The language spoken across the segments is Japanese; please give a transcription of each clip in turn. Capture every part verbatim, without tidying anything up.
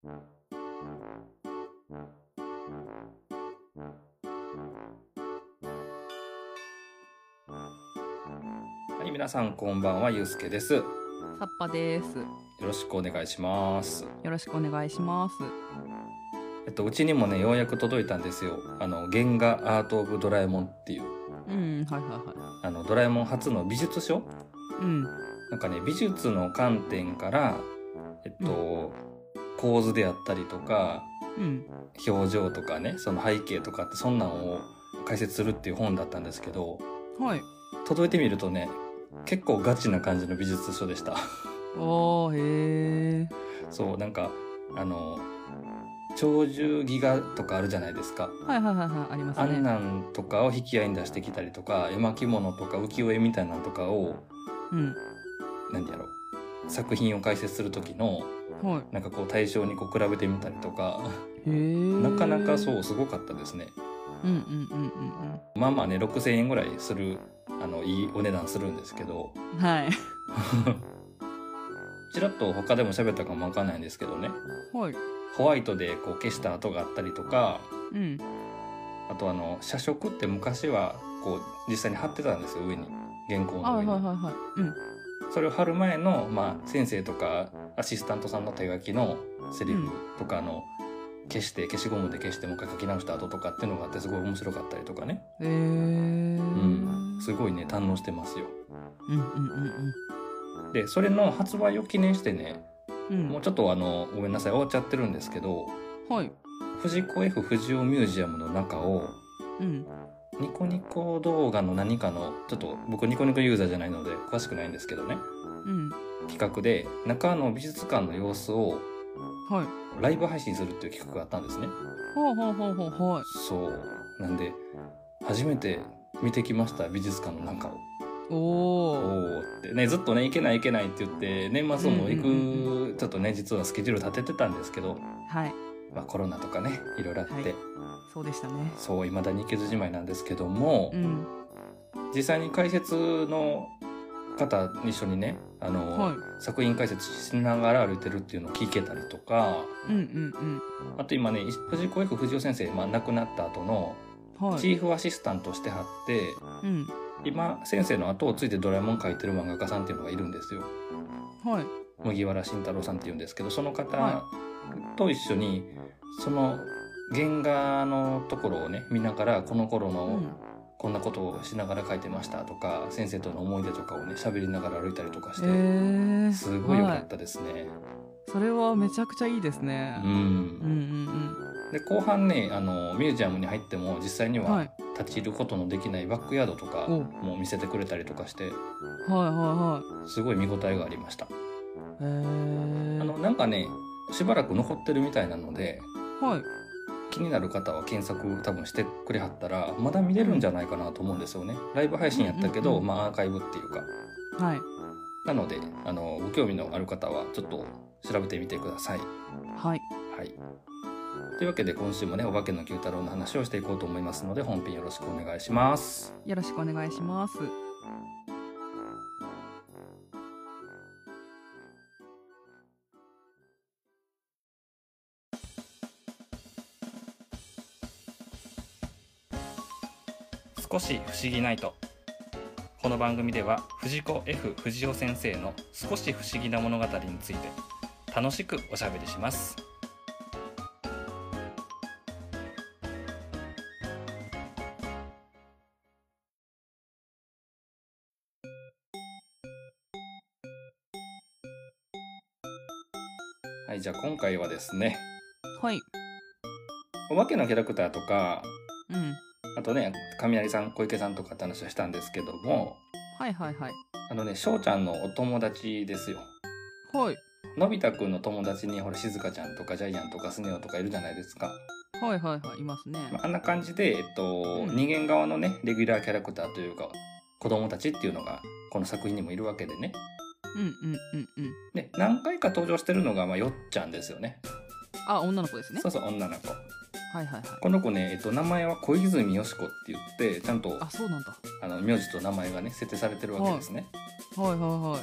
はい、皆さんこんばんは、ゆうすけです。よさっぱです。 ろしくお願いします。 よろしくお願いします。 えっとうちにもねようやく届いたんですよ。あの原画アートオブドラえもんっていう、 うん、はいはいはい。 あのドラえもん初の美術書。 うん、 なんかね美術の観点からえっと、構図であったりとかうん、 表情とかね、その背景とかってそんなんを解説するっていう本だったんですけど、 はい。 届いてみるとね結構ガチな感じの美術書でした。 おー、へー。 そうなんかあの鳥獣戯画とかあるじゃないですか。 はいはいはいはい、ありますね。 あんなんとかを引き合いに出してきたりとか、絵巻物とか浮世絵みたいなのとかを、 うん、 何やろ作品を解説する時のはなんかこう対象にこう比べてみたりとか、 い。へー。 なかなかそうすごかったですね。 うんうんうんうんまあまあねろくせんえんぐらいするあのいいお値段するんですけど、 うん。はい。 ちらっと他でも喋ったかもわかんないんですけどね、 はい。 ホワイトでこう消した跡があったりとか、 うん。 あとあの写植って昔はこう実際に貼ってたんですよ、上に、原稿あ、 の上に。 はいはいはいはい。うん。 それを貼る前の、まあ、先生とかアシスタントさんの手書きのセリフとかの、消して消しゴムで消してもう一回書き直した後とかっていうのがあって、すごい面白かったりとかね。 へー。うん。 すごいね堪能してますよ。 うんうんうんでそれの発売を記念してね、 うん。 もうちょっとあのごめんなさい終わっちゃってるんですけど、 はい。 藤子 F 不二雄ミュージアムの中をうん。 ニコニコ動画の何かの、ちょっと僕ニコニコユーザーじゃないので詳しくないんですけどね、 うん。 企画で中の美術館の様子をはい。 ライブ配信するっていう企画があったんですね。 ほうほうほうほうほう。 そうなんで初めて見てきました、美術館の中を。 おおー。 ーってね、ずっとね行けない行けないって言って年末も行く、 うんうんうんちょっとね実はスケジュール立ててたんですけど、 はい。 まあ、コロナとかねいろいろあって、 はい。そうでしたね。 そう未だに行けずじまいなんですけども、 うん。 実際に解説の方一緒にねあの、 はい。 作品解説しながら歩いてるっていうのを聞けたりとか、 うんうんあと今ね藤子 F 不二雄先生、まあ、亡くなった後のうん。はい。 チーフアシスタントしてはって、 うん。 今先生の後をついてドラえもん描いてる漫画家さんっていうのがいるんですよ。 はい。 麦わら慎太郎さんっていうんですけど、その方はと一緒にその原画のところをね見ながら、この頃うのん。 こんなことをしながら描いてましたとか、先生との思い出とかをね喋りながら歩いたりとかしへて、 ー。 すごい良かはったですね。 い。それはめちゃくちゃいいですね。 うん、 うんうんで後半ねあのミュージアムに入っても実際にうん。は。 はい立ち入ることのできないバックヤードとかお。 も見せてくれたりとかして、 はいはすごい見応えがありました。 いはい。へー。 あのなんかねしばらく残ってるみたいなので、 はい。 気になる方は検索多分してくれはったらまだ見れるんじゃないかなと思うんですよね。ライブ配信やったけど、 うんうんうんまあアーカイブっていうか。 はい。 なのであのご興味のある方はちょっと調べてみてください。 はい。 はい。というわけで今週もねお化けの九太郎の話をしていこうと思いますので、本編よろしくお願いします。 よろしくお願いします。 少し不思議ナイト。この番組では藤子 F 不二雄先生の少し不思議な物語について楽しくおしゃべりします。はい、じゃあ今回はですね、 はい。 お化けのキャラクターとか、 うん。 あとね雷さん小池さんとかって話をしたんですけども、 はいはいはい。 あのね翔ちゃんのお友達ですよ。 はい。 のび太くんの友達にほら静香ちゃんとかジャイアンとかスネ夫とかいるじゃないですか。 はいはいはい。いますね。 まあ、あんな感じで、えっとうん人間側のねレギュラーキャラクターというか子供たちっていうのがこの作品にもいるわけでね。 うんうんうんうん。 で何回か登場してるのが、まあ、よっちゃんですよね。 あ、女の子ですね。 そうそう女の子。 はいはいはい。 この子ね、えっと、名前は小泉よし子って言ってちゃんとあ、そうなんだ。 あの名字と名前がね設定されてるわけですね。 はいはいは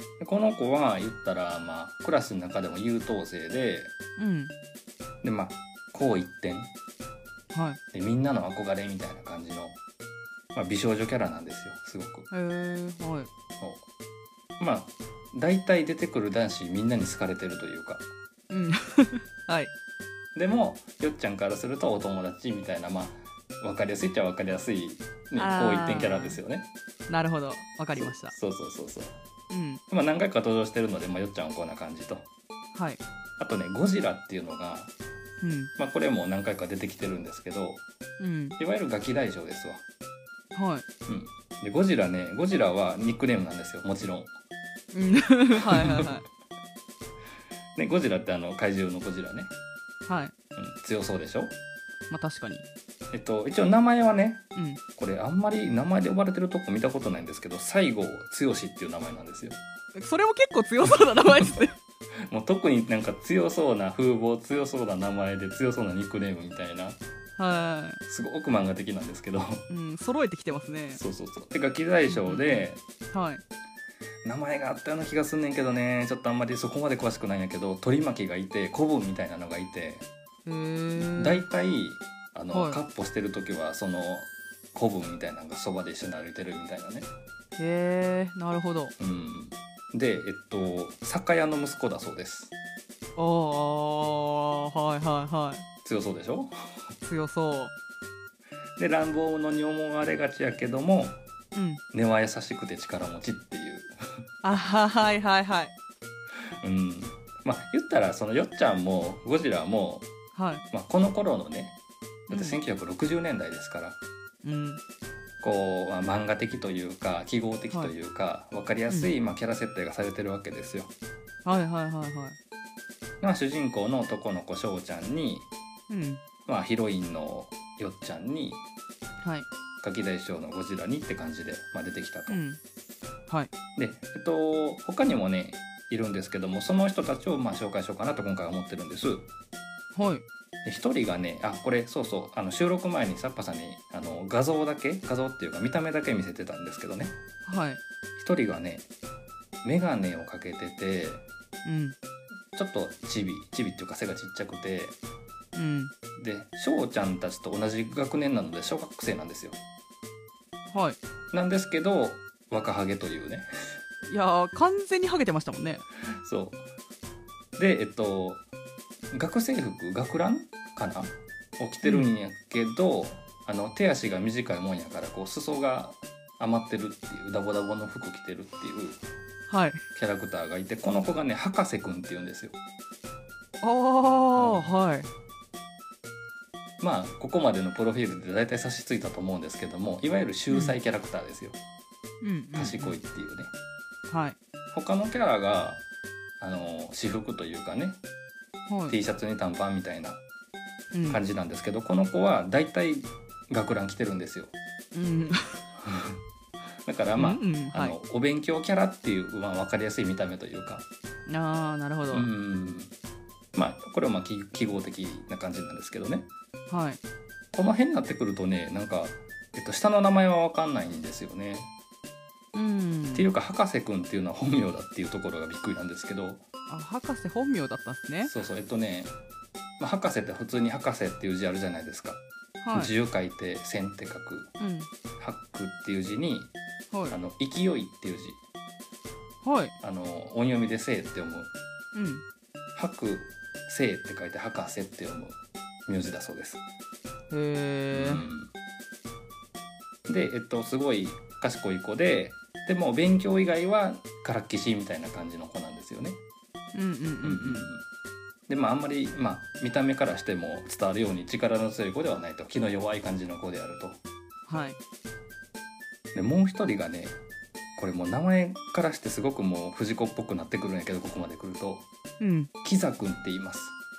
でこの子は言ったら、まあ、クラスの中でも優等生で、 うんでまあ高一点はいでみんなの憧れみたいな感じの、まあ、美少女キャラなんですよすごく。 へえはいそうまあ大体出てくる男子みんなに好かれてるというか、 うんはいでもよっちゃんからするとお友達みたいな、まあ分かりやすいっちゃ分かりやすい、ね、 あー高一点キャラですよね。 なるほどわかりました。 そうそうそうそう。 うんまあ何回か登場してるので、まあ、よっちゃんはこんな感じと、 はいあとねゴジラっていうのが、 うんまあ、これも何回か出てきてるんですけど、 うんいわゆるガキ大将ですわ。 はいうんでゴジラねゴジラはニックネームなんですよもちろん。 うんはいはいはいね、ゴジラってあの怪獣のゴジラね、 はいうん、強そうでしょ。 まあ確かにえっと一応名前はねうんこれあんまり名前で呼ばれてるとこ見たことないんですけど西郷剛っていう名前なんですよ。 それも結構強そうな名前ですねもう特になんか強そうな風貌強そうな名前で強そうなニックネームみたいなはすごく漫画的なんですけどいうん揃えてきてますねそうそうそうでガキ大将ではい名前があったような気がすんねんけどねちょっとあんまりそこまで詳しくないんやけど取り巻きがいて子分みたいなのがいてへえ大体あの、 はいカッポしてる時はその子分みたいなのがそばで一緒に歩いてるみたいなね。 へえなるほどうん、でえっと酒屋の息子だそうです。 ああはいはいは強そうでしょ。 い強そうで乱暴者に思われがちやけどもうん根は優しくて力持ちっていうあははいはいはいうんまあ言ったらそのよっちゃんもゴジラも、 はいまあ、この頃のねだってうんせんきゅうひゃくろくじゅうねんだいですから、 うんこう、まあ、漫画的というか記号的というか、分かりやすい、まあ、キャラ設定がされてるわけですよ。 はいはいはいはいまあ、主人公の男の子翔ちゃんに、 うんまあ、ヒロインのよっちゃんにはいガキ大将のゴジラにって感じで、まあ、出てきたと。 うんはいで、えっと、他にもねいるんですけどもその人たちをまあ紹介しようかなと今回は思ってるんです。 はいで一人がねあこれそうそうあの収録前にサッパさんにあの画像だけ画像っていうか見た目だけ見せてたんですけどねはい一人がね眼鏡をかけててうんちょっとチビチビっていうか背がちっちゃくてうんで翔ちゃんたちと同じ学年なので小学生なんですよ。 はいなんですけど若ハゲというねいやー完全にハゲてましたもんねそうでえっと学生服学ランかなを着てるんやけど、うん、あの手足が短いもんやからこう裾が余ってるっていうダボダボの服着てるっていうはいキャラクターがいてこの子がね博士くんって言うんですよ。 ああ、うん、はいまあここまでのプロフィールで大体差し付いたと思うんですけどもいわゆる秀才キャラクターですよ、 うん、 賢いっていうね、 はい他のキャラがあの私服というかね、 はい、 T シャツに短パンみたいな感じなんですけど、 うん、 この子は大体学ラン着てるんですよ、 うん、 だからまあ、 うんうん、 あの、はい、お勉強キャラっていう、まあ、分かりやすい見た目というかあーなるほど、 うんまあこれはまあ記号的な感じなんですけどね。 はいこの辺になってくるとねなんか、えっと、下の名前は分かんないんですよね。 うんっていうか博士くんっていうのは本名だっていうところがびっくりなんですけどあ博士本名だったんですね。 そうそうえっとね、まあ、博士って普通に博士っていう字あるじゃないですか、はい、字を書いて線って書く、 うん、 博っていう字に、はい、あの勢いっていう字、 はい、 あの音読みで生って読む、 うん、 博生って書いて博士って読む名字だそうです。 へー、 うん、でえっとすごい賢い子ででも勉強以外はからっきしみたいな感じの子なんですよね。 うんうんうんうん。 でまああんまり、まあ、見た目からしても伝わるように力の強い子ではないと気の弱い感じの子であると。 はい。 でもう一人がねこれもう名前からしてすごくもう藤子っぽくなってくるんやけどここまで来ると、 うん、 キザくんって言います。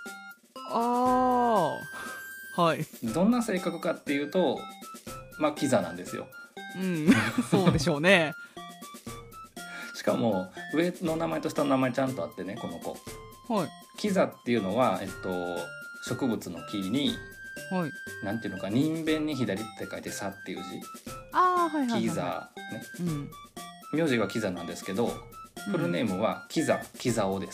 ああはい。 どんな性格かっていうとまあキザなんですよ。 うんそうでしょうね。 しかも上の名前と下の名前ちゃんとあってねこの子。 はい。 キザっていうのは、えっと、植物の木に、 はい、 なんていうのか人弁に左って書いてサっていう字。 あーはいはいはい、はい、 キザね、 うん、 名字はキザなんですけどフルネームはキザキザオです。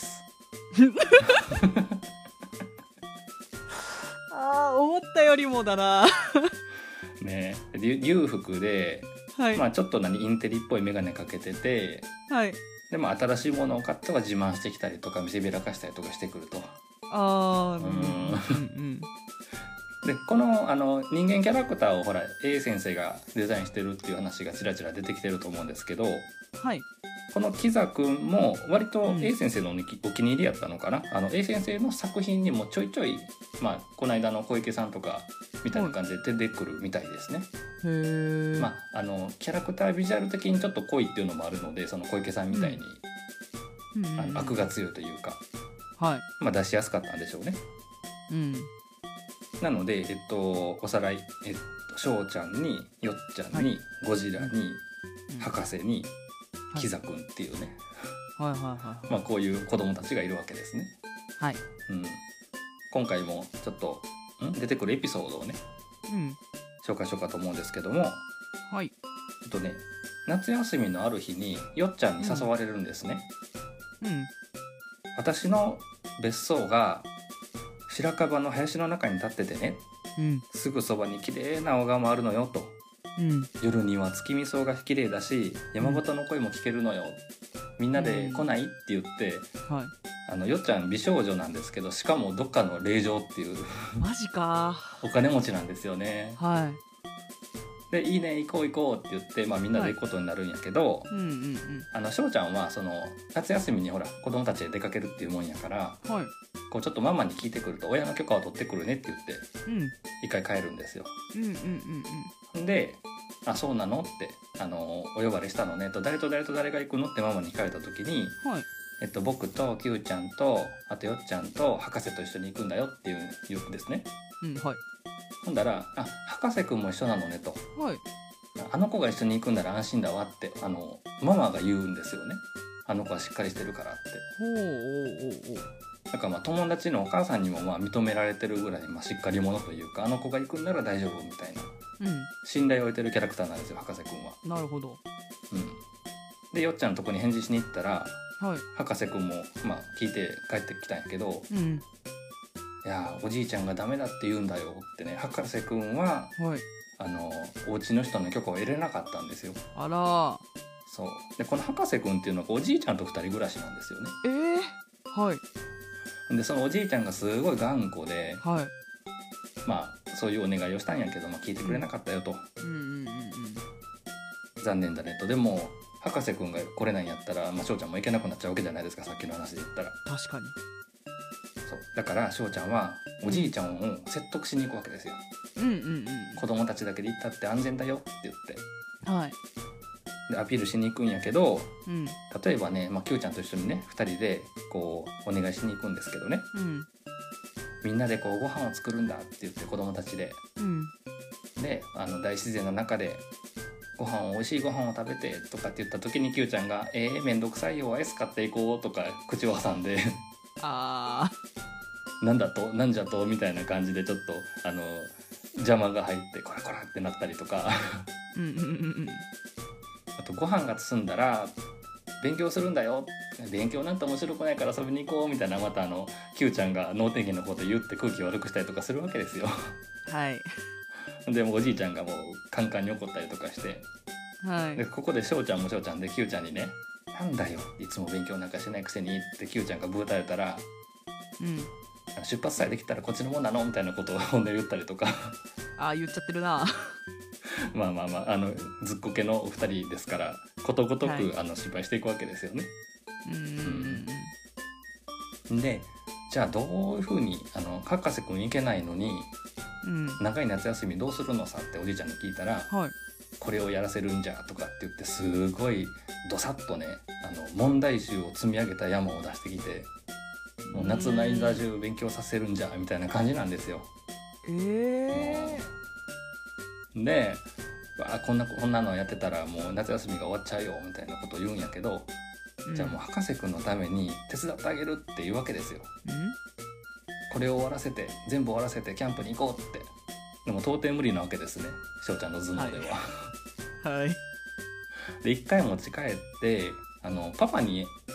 あー思ったよりもだな。 ね、裕福で、 はい、 まあ、ちょっと何インテリっぽい眼鏡かけてて、 はい、 でも新しいものを買っては自慢してきたりとか見せびらかしたりとかしてくると。 あー、 うんうんうんでこのあの人間キャラクターをほら A 先生がデザインしてるっていう話がちらちら出てきてると思うんですけど、 はい、 このキザくんも割とうん A 先生のお気に入りやったのかな。あの A 先生の作品にもちょいちょい、まあ、この間の小池さんとかみたいな感じで出てくるみたいですね。 へー、 まあ、あのキャラクタービジュアル的にちょっと濃いっていうのもあるので、その小池さんみたいに、 うんうんうん、 あの悪が強いというか、 はい、 まあ、出しやすかったんでしょうね。 うん、 なので、えっと、おさらい、えっと、翔ちゃんによっちゃんに、はい、ゴジラに、うん、博士に、はい、キザくんっていうね、 はいはいはい、 まあ、こういう子供たちがいるわけですね。 はい、 うん、今回もちょっとん出てくるエピソードをね、 うん、 紹介しようかと思うんですけども、 はい、 えっとね、夏休みのある日によっちゃんに誘われるんですね。 うん、 私の別荘が白樺の林の中に立っててね、うん、すぐそばに綺麗な小川もあるのよと、うん、夜には月見草が綺麗だし山本の声も聞けるのよ、みんなで来ない、うん、って言って、はい、あのよっちゃん美少女なんですけど、しかもどっかの霊場っていうマジかお金持ちなんですよね。 はい、 でいいね行こう行こうって言って、まあ、みんなで行くことになるんやけど、はい、うんうんうん、あの翔ちゃんはその夏休みにほら子供たちで出かけるっていうもんやから、はい、こうちょっとママに聞いてくると親の許可を取ってくるねって言って、うん、一回帰るんですよ。うんうんうんうん、であそうなのってあのお呼ばれしたのねと、誰と誰と誰が行くのってママに聞かれた時に、はい、えっと、僕と Q ちゃんとあとよっちゃんと博士と一緒に行くんだよっていう言うんですね。うんはい、ほんだらあ博士くんも一緒なのねと、はい、あの子が一緒に行くんなら安心だわってあのママが言うんですよね。あの子はしっかりしてるからって。ほうおうおうおう。だからまあ友達のお母さんにもまあ認められてるぐらいまあしっかり者というか、あの子が行くんなら大丈夫みたいな、うん、信頼を置いてるキャラクターなんですよ博士くんは。 なるほど、 うん、でよっちゃんのとこに返事しに行ったら、はい、博士くんもまあ聞いて帰ってきたんやけど、うん、いやおじいちゃんがダメだって言うんだよってね、博士くんは、はい、あのお家の人の許可を得れなかったんですよ。 あらそうでこの博士くんっていうのはおじいちゃんとふたり暮らしなんですよね。 えー、はい。 でそのおじいちゃんがすごい頑固で、はい、まあそういうお願いをしたんやけど、まあ、聞いてくれなかったよと、うんうんうんうん、残念だねと。でも博士くんが来れないんやったら、まあ、翔ちゃんも行けなくなっちゃうわけじゃないですか、さっきの話で言ったら。 確かに。 そうだから翔ちゃんはおじいちゃんを説得しに行くわけですよ、うんうんうん、子供たちだけで行ったって安全だよって言って、はい、でアピールしに行くんやけど、うん、例えばね、まあ、Q ちゃんと一緒にねふたりでこうお願いしに行くんですけどね、うん、みんなでこうご飯を作るんだって言って子供たちで、うん、であの大自然の中でご飯を美味しいご飯を食べてとかって言った時に Q ちゃんが「えー、めんどくさいよアイス買っていこう」とか口を挟んであなんだとなんじゃとみたいな感じでちょっとあの邪魔が入ってこらこらってなったりとかうんうんうんうんあとご飯が進んだら勉強するんだよ、勉強なんて面白くないから遊びに行こうみたいな、またあの Q ちゃんが能天気なこと言って空気悪くしたりとかするわけですよはいでもおじいちゃんがもうカンカンに怒ったりとかして、はい、でここで翔ちゃんも翔ちゃんで Q ちゃんにねなんだよいつも勉強なんかしないくせにって Q ちゃんがブーたれたら、うん、出発さえできたらこっちのもんなのみたいなことを本音で言ったりとかあ言っちゃってるなまあまあまああのずっこけのお二人ですからことごとく、はい、あの失敗していくわけですよね。うん、うん、でじゃあどういうふうにあの博士くん行けないのに、うん、長い夏休みどうするのさっておじいちゃんに聞いたら、はい、これをやらせるんじゃとかって言ってすごいどさっとねあの問題集を積み上げた山を出してきてもう夏の間中勉強させるんじゃみたいな感じなんですよ。えー、でわこんなこんなのやってたらもう夏休みが終わっちゃうよみたいなことを言うんやけど、うん、じゃあもう博士くんのために手伝ってあげるっていうわけですよ、うん、これを終わらせて全部終わらせてキャンプに行こうって。でも到底無理なわけですね翔ちゃんの頭脳では、はい、はい、で一回持ち帰ってあのパパに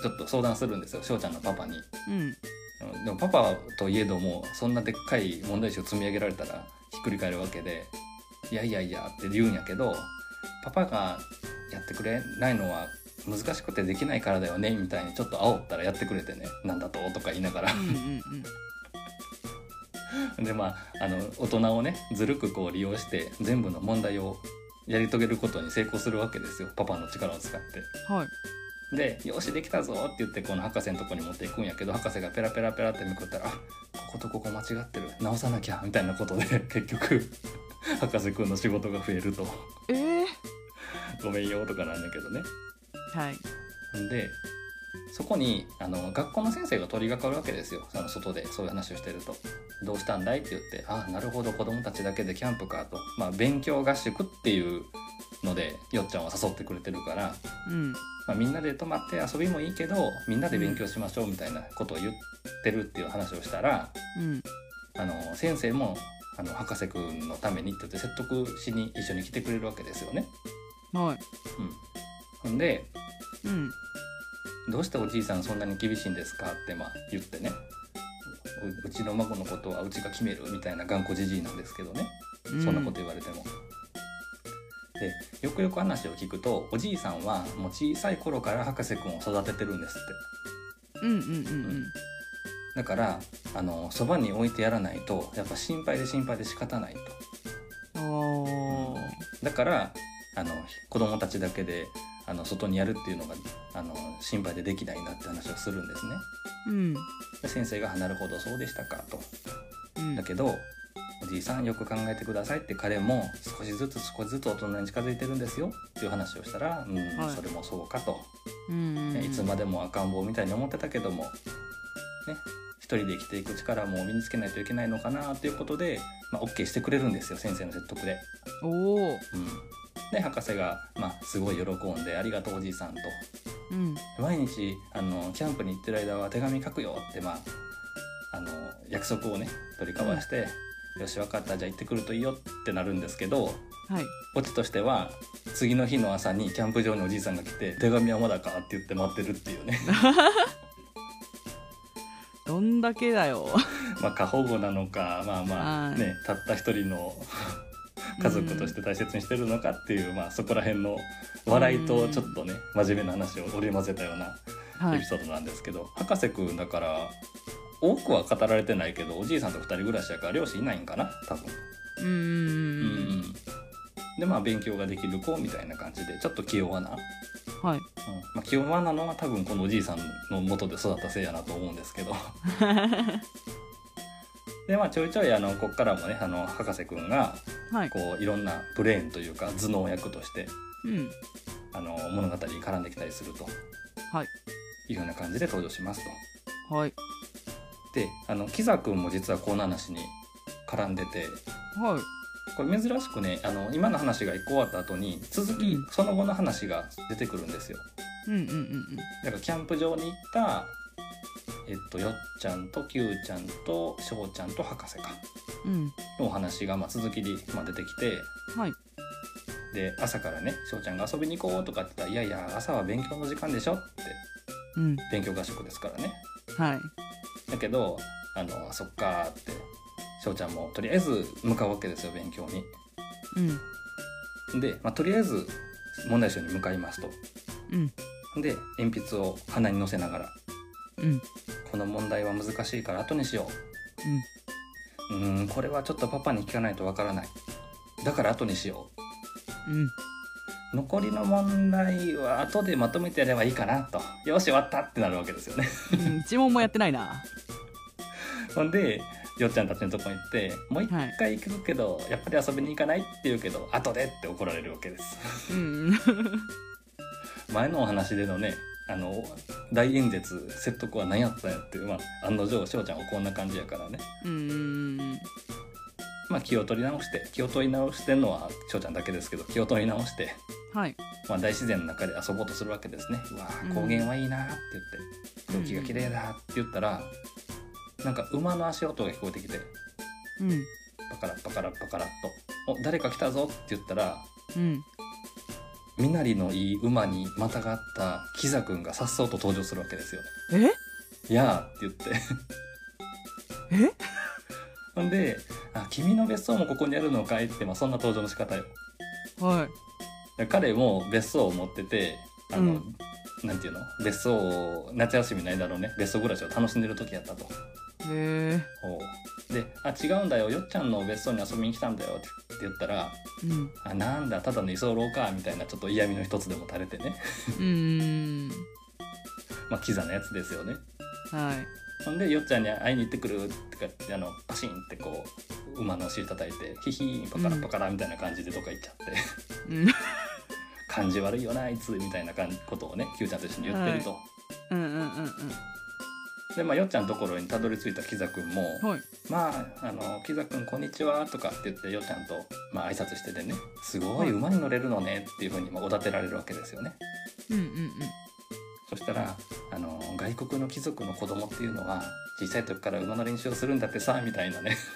ちょっと相談するんですよ、翔ちゃんのパパに。 うんでもパパといえどもそんなでっかい問題集を積み上げられたらひっくり返るわけで、いやいやいやって言うんやけど、パパがやってくれないのは難しくてできないからだよねみたいにちょっと煽ったらやってくれてね、なんだととか言いながらうんうんでまああの大人をねずるくこう利用して全部の問題をやり遂げることに成功するわけですよ、パパの力を使って。 うんはいでよしできたぞって言ってこの博士のとこに持っていくんやけど、博士がペラペラペラってめくったら、あこことここ間違ってる直さなきゃみたいなことで結局博士くんの仕事が増えるとえー、 ごめんよとかなんだけどね。 はいでそこにあの学校の先生が取り掛かるわけですよ、その外でそういう話をしてると。どうしたんだいって言って、あなるほど子供たちだけでキャンプかと、まあ、勉強合宿っていうのでよっちゃんは誘ってくれてるから、 うんまあ、みんなで泊まって遊びもいいけどみんなで勉強しましょうみたいなことを言ってるっていう話をしたら、 うんあの先生もあの博士くんのためにって言って説得しに一緒に来てくれるわけですよね。 はいうん、ほんでうんどうしておじいさんそんなに厳しいんですかってまあ言ってね、う, うちの孫のことはうちが決めるみたいな頑固じじいなんですけどね、 うんそんなこと言われても。でよくよく話を聞くとおじいさんはもう小さい頃から博士くんを育ててるんですって。 うんうんうんだからあのそばに置いてやらないとやっぱ心配で心配で仕方ないと。 うんおーだからあの子供たちだけであの外にやるっていうのがあの心配でできないなって話をするんですね。 うんで先生が「なるほどそうでしたか」と。 うんだけどおじいさんよく考えてくださいって、彼も少しずつ少しずつ大人に近づいてるんですよっていう話をしたら、うん、 はいそれもそうかと、 うんうんねいつまでも赤ん坊みたいに思ってたけども、ね、一人で生きていく力も身につけないといけないのかなということで、まあ、OK してくれるんですよ、先生の説得で。 おおうん、で博士が、まあ、すごい喜んで「ありがとうおじいさん」とうん 「毎日あのキャンプに行ってる間は手紙書くよ」って、まあ、あの約束をね取り交わして「よし分かったじゃあ行ってくるといいよ」ってなるんですけど、 はいオチとしては次の日の朝にキャンプ場におじいさんが来て「手紙はまだか?」って言って待ってるっていうねどんだけだよまあ過保護なのか、まあまあはいねたった一人の家族として大切にしてるのかっていう、まあそこら辺の笑いとちょっとね真面目な話を織り交ぜたようなはいエピソードなんですけど、博士くんだから多くは語られてないけどおじいさんとふたり暮らしやから両親いないんかな多分。 うんうんうんでまあ勉強ができる子みたいな感じでちょっと気弱な、うんはいまあ、気弱なのは多分このおじいさんの元で育ったせいやなと思うんですけどでまあちょいちょいあのこっからもねあの博士くんがはいこういろんなブレーンというか頭脳役としてうんあの物語に絡んできたりするとはいいうような感じで登場しますと。 はいであのキザくんも実はこの話に絡んでて、 はいこれ珍しくねあの今の話が一個終わった後に続き、 うん、 その後の話が出てくるんですよ。 うんうんうんだからキャンプ場に行ったえっとよっちゃんときゅうちゃんとしょうちゃんと博士かうんのお話がまあ続きで、まあ、出てきて、 はいで朝からねしょうちゃんが遊びに行こうとかって言ったら「いやいや朝は勉強の時間でしょ」ってうん勉強合宿ですからね。 はいだけどあのそっかーってしょうちゃんもとりあえず向かうわけですよ勉強に。 うんで、まあ、とりあえず問題集に向かいますと。 うんで鉛筆を鼻に乗せながらうん 「この問題は難しいから後にしよう」うーんこれはちょっとパパに聞かないとわからないだから後にしようんう残りの問題は後でまとめてやればいいかなとよし終わったってなるわけですよねうん一問もやってないなほんでよっちゃんたちのとこに行ってもう一はい回行くけど、やっぱり遊びに行かないって言うけど後でって怒られるわけですうん前のお話でのねあの大演説説得は何やったんやっていう、まあ、案の定しょうちゃんはこんな感じやからね、 うんまあ、気を取り直して気を取り直してんのはしょうちゃんだけですけど気を取り直して、 はいまあ、大自然の中で遊ぼうとするわけですね。うわうん高原はいいなって言って空気が綺麗だって言ったら、なんか馬の足音が聞こえてきてうんパカラッパカラッパカラッと「お誰か来たぞ」って言ったらうん身なりのいい馬にまたがったキザ君がさっそうと登場するわけですよね。 えいやーって言ってえほんであ君の別荘もここにあるのかいって、まあ、そんな登場の仕方よ。 はい彼も別荘を持っててあの、 うん、 なんていうの別荘を夏休みの間のね別荘暮らしを楽しんでる時やったと。 へえほうであ違うんだよよっちゃんの別荘に遊びに来たんだよって言ったらうんあなんだただの居候かみたいなちょっと嫌味の一つでも垂れてねうーんまあキザなやつですよね。 はいほんでよっちゃんに会いに行ってくるってかってあのパシンってこう馬のお尻叩いてヒヒーンパカラパカラみたいな感じでどっか行っちゃって、 うん感じ悪いよなあいつみたいなことをね Q ちゃんと一緒に言ってると、はい、 うんうんうんうんでまあよっちゃんのところにたどり着いたキザくんも、 はい、 まああのキザくんこんにちはとかって言ってよっちゃんと、まあ挨拶しててねすごい馬に乗れるのねっていう風にまあおだてられるわけですよね。 うんうんうんそしたらあの外国の貴族の子供っていうのは小さい時から馬の練習をするんだってさみたいなね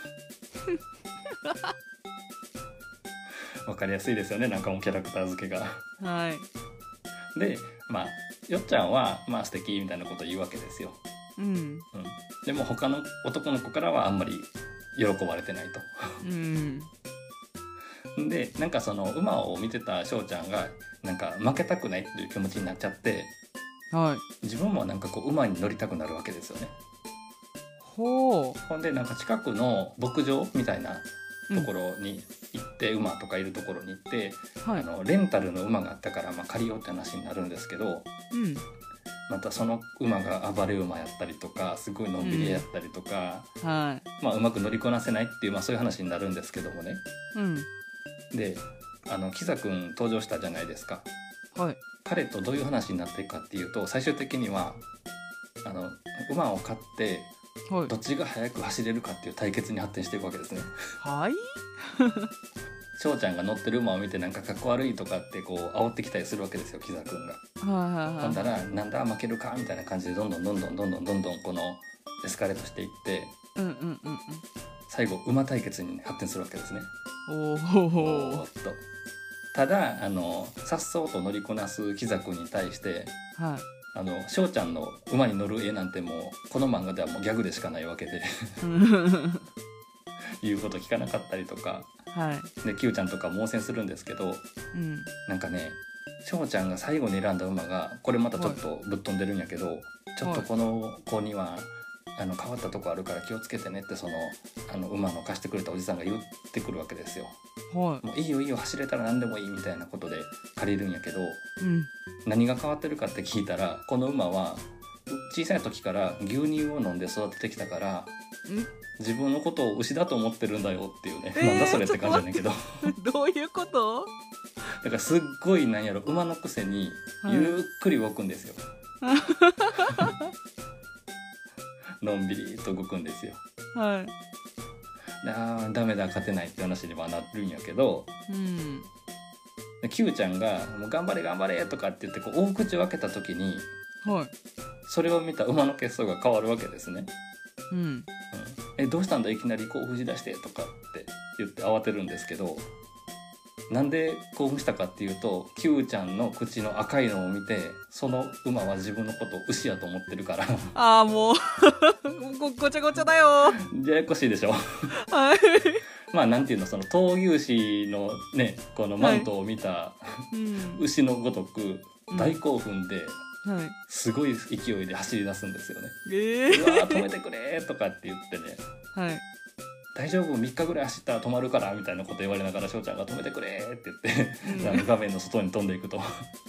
わかりやすいですよねなんかもうキャラクター付けがはいでまあよっちゃんはまあ素敵みたいなことを言うわけですよ、 うんうん、でも他の男の子からはあんまり喜ばれてないとうんでなんかその馬を見てた翔ちゃんがなんか負けたくないっていう気持ちになっちゃってはい自分もなんかこう馬に乗りたくなるわけですよね。 ほうほんでなんか近くの牧場みたいなところに行って、うん、馬とかいるところに行って、はい、あのレンタルの馬があったからまあ借りようって話になるんですけど、 うん、 またその馬が暴れ馬やったりとかすごいのんびりやったりとか、 うんはいまあ、うまく乗りこなせないっていう、まあ、そういう話になるんですけどもね、 うん、 であのキザくん登場したじゃないですか、 はい、 彼とどういう話になっていくかっていうと最終的にはあの馬を飼ってはい、 どっちが速く走れるかっていう対決に発展していくわけですね。 はい翔ちゃんが乗ってる馬を見てなんかかっこ悪いとかってこう煽ってきたりするわけですよキザくんが。 はいはいはい、 ほんだらなんだ負けるかみたいな感じでどんどんどんどんどんどんどんどんこのエスカレートしていって、 うんうんうんうん、 最後馬対決に発展するわけですね。 おおーっとただあのさっそうと乗りこなすキザくんに対して、 はいあの翔ちゃんの馬に乗る絵なんてもうこの漫画ではもうギャグでしかないわけで言うこと聞かなかったりとか、 はい、 で Q ちゃんとか猛戦するんですけど、 うん、 なんかね翔ちゃんが最後に選んだ馬がこれまたちょっとぶっ飛んでるんやけど、はい、ちょっとこの子にはあの変わったとこあるから気をつけてねってそのあの馬の貸してくれたおじさんが言ってくるわけですよ。 はい、 もういいよいいよ走れたら何でもいいみたいなことで借りるんやけど、 うん、 何が変わってるかって聞いたらこの馬は小さい時から牛乳を飲んで育ててきたから自分のことを牛だと思ってるんだよっていうね、えー、なんだそれって感じじゃないけどどういうことだからすっごいなんやろ馬のくせにゆっくり動くんですよ、はい、のんびりと動くんですよ。 はいあダメだ勝てないって話にはなるんやけど、うん、Q ちゃんがもう頑張れ頑張れとかって言ってこう大口を開けた時に、はい、それを見た馬の血相が変わるわけですね、うんうん、えどうしたんだいきなり興奮し出してとかって言って慌てるんですけどなんで興奮したかっていうと Q ちゃんの口の赤いのを見てその馬は自分のことを牛やと思ってるからああもうご, ごちゃごちゃだよややこしいでしょはいまあなんていうのその闘牛士のねこのマントを見た、はいうん、牛のごとく大興奮で、うんはい、すごい勢いで走り出すんですよね、えー、うわ止めてくれとかって言ってね、はい大丈夫みっかぐらい走ったら止まるからみたいなこと言われながら翔ちゃんが止めてくれって言って、うん、画面の外に飛んでいくと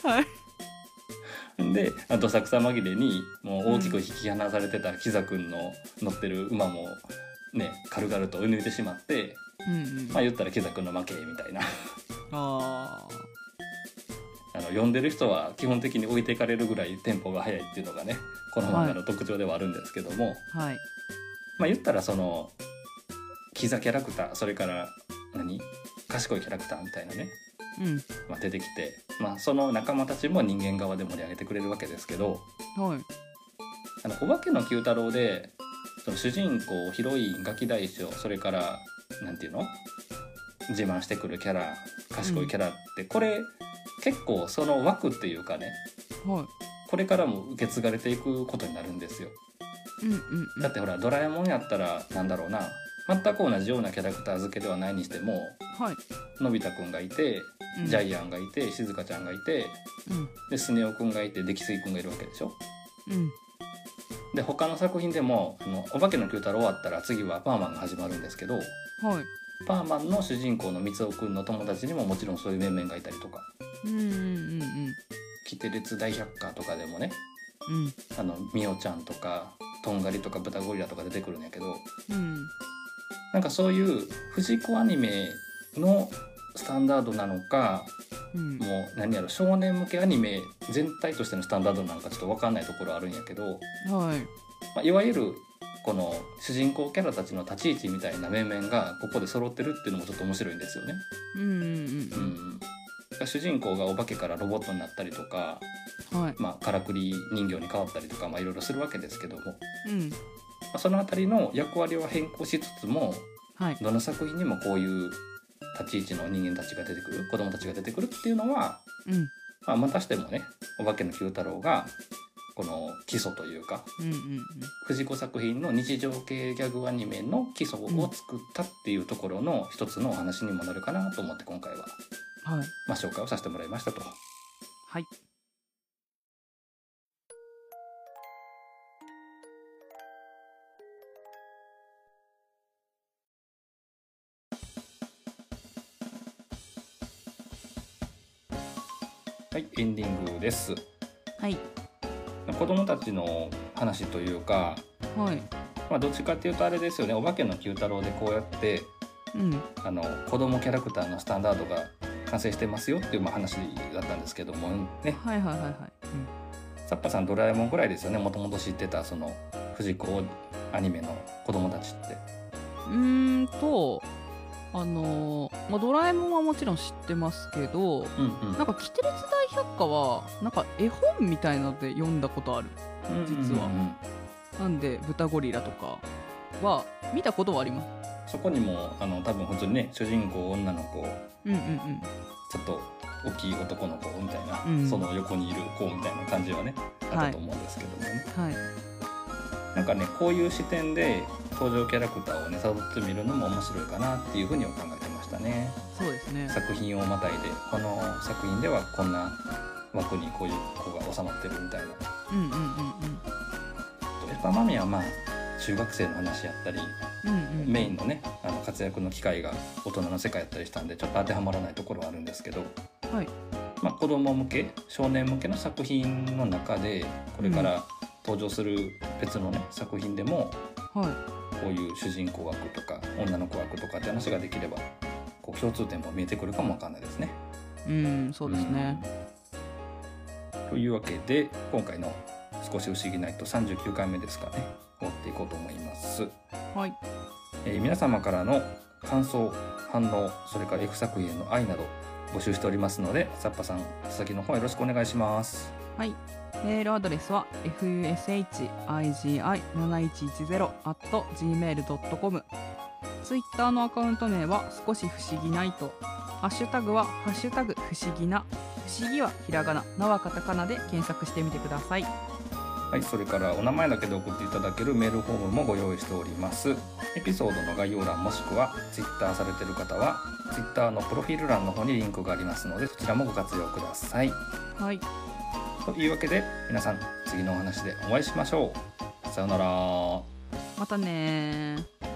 はいでどさくさ紛れにもう大きく引き離されてたキザくんの乗ってる馬もね軽々と追い抜いてしまって、うんうん、まあ言ったらキザくんの負けみたいなああの読んでる人は基本的に置いていかれるぐらいテンポが速いっていうのがねこの漫画の特徴ではあるんですけども、はい、まあ言ったらそのキザキャラクターそれから何賢いキャラクターみたいなね、うんまあ、出てきて、まあ、その仲間たちも人間側で盛り上げてくれるわけですけど、はい、あのお化けの九太郎でその主人公ヒロインガキ大将それからなんていうの自慢してくるキャラ賢いキャラって、うん、これ結構その枠っていうかね、 はい。 これからも受け継がれていくことになるんですよ。 うんうんうん。 だってほらドラえもんやったらなんだろうな、全く同じようなキャラクター付けではないにしても、 はい。 のび太くんがいて、 うん、 ジャイアンがいて、しずかちゃんがいて、 うんでスネ夫くんがいて、デキスイくんがいるわけでしょ。 うんで他の作品でもあのお化けの Q 太郎終わったら次はパーマンが始まるんですけど、 はい。 パーマンの主人公の三尾くんの友達にももちろんそういう面々がいたりとか、 うんうんうんうんキテレツ大百科とかでもね、 うんあのミオちゃんとかトンガリとかブタゴリラとか出てくるんやけど、 うんなんかそういう藤子アニメのスタンダードなのか、 うんもう何やろ少年向けアニメ全体としてのスタンダードなのかちょっと分かんないところあるんやけど、 はい。 まあ、いわゆるこの主人公キャラたちの立ち位置みたいな面々がここで揃ってるっていうのもちょっと面白いんですよね。 うんうんうん主人公がお化けからロボットになったりとか、 うんはい。 まあ、からくり人形に変わったりとか、まあ、いろいろするわけですけども、まうんあ、そのあたりの役割を変更しつつもはい。 どの作品にもこういう立ち位置の人間たちが出てくる、子供たちが出てくるっていうのは、 うんまあ、またしてもねお化けの Q 太郎がこの基礎というかうんうんうん藤子作品の日常系ギャグアニメの基礎を作ったっていうところの一つのお話にもなるかなと思って今回は、 はいまあ、紹介をさせてもらいましたと。 はい。 はいエンディングです。 はい。 子供たちの話というか、 はい。 まあ、どっちかっていうとあれですよね、お化けの Q 太郎でこうやってうんあの子供キャラクターのスタンダードが完成してますよっていうまあ話だったんですけどもね、 はいはいはいはい。 サッパさんドラえもんぐらいですよね、もともと知ってたその藤子アニメの子供たちって。 うん、うーんとあのーまあ、ドラえもんはもちろん知ってますけど、 うんうんなんかキテレツ大百科はなんか絵本みたいので読んだことある。実はうんうんうんなんで豚ゴリラとかは見たことはあります。 そこにもあの多分普通にね主人公女の子、 うんうんうんちょっと大きい男の子みたいな、 うんその横にいる子みたいな感じはねあったと思うんですけどもね、 はい。 なんかねこういう視点で登場キャラクターをね辿ってみるのも面白いかなっていうふうには考えてましたね。 そうですね。 作品をまたいでこの作品ではこんな枠にこういう子が収まってるみたいな。 うんうんうんエヴァマミはまあ中学生の話やったり、 うんうんうんメインのねあの活躍の機会が大人の世界やったりしたんでちょっと当てはまらないところはあるんですけど、 はい。 まあ、子供向け少年向けの作品の中でこれから登場する別のね作品でもはこういう主人公枠とか女の子枠とかって話ができればこう共通点も見えてくるかもわかんないですね。 い。うんそうですね。 というわけで今回の少し不思議ナイトさんじゅうきゅうかいめですかね、終わっていこうと思います。 はい。 えー皆様からの感想反応それから F 作品への愛など募集しておりますのでサッパさん先の方よろしくお願いします。 はい。メールアドレスは エフユーエスエイチアイジーアイなないちいちゼロ アットジーメールドットコム。ツイッターのアカウント名は少し不思議ナイト。ハッシュタグはハッシュタグ不思議な。不思議はひらがな、なはカタカナで検索してみてください。 はい、それからお名前だけで送っていただけるメールフォームもご用意しております。エピソードの概要欄もしくは Twitter されている方は Twitter のプロフィール欄の方にリンクがありますのでそちらもご活用ください。 はい。 というわけで皆さん次のお話でお会いしましょう。さようなら。 またねー。